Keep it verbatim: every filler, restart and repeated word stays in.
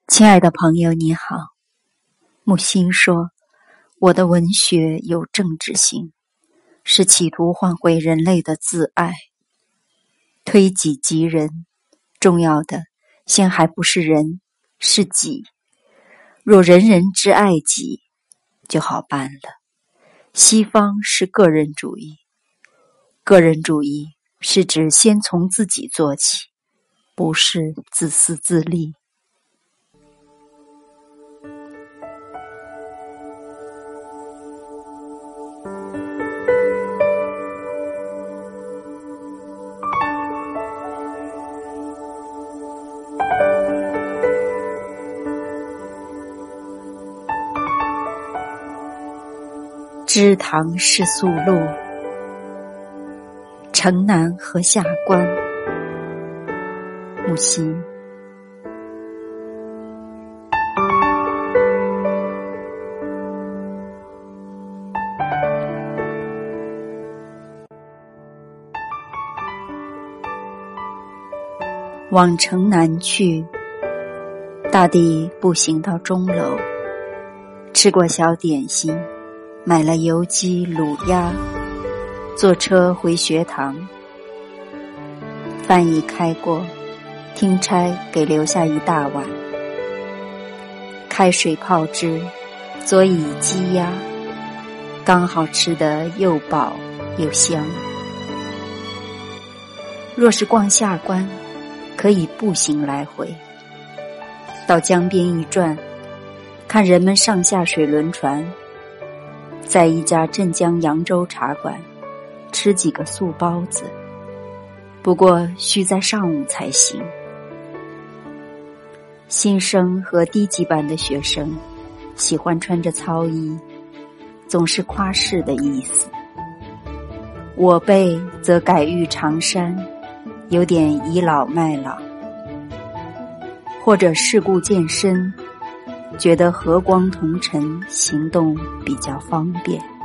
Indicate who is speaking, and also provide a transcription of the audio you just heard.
Speaker 1: 亲爱的朋友你好，木心说，我的文学有政治性，是企图唤回人类的自爱，推己及人，重要的先还不是人，是己。若人人之爱己，就好办了。西方是个人主义，个人主义是指先从自己做起，不是自私自利。知塘是宿路，城南和下关。木心。往城南去，大抵步行到钟楼，吃过小点心，买了油鸡卤鸭，坐车回学堂。饭已开过，听差给留下一大碗，开水泡汁，佐以鸡鸭，刚好吃得又饱又香。若是逛下关，可以步行来回，到江边一转，看人们上下水轮船，在一家镇江扬州茶馆吃几个素包子，不过需在上午才行。新生和低级班的学生喜欢穿着操衣，总是夸饰的意思。我辈则改遇长衫，有点倚老卖老，或者世故健身，觉得和光同尘，行动比较方便。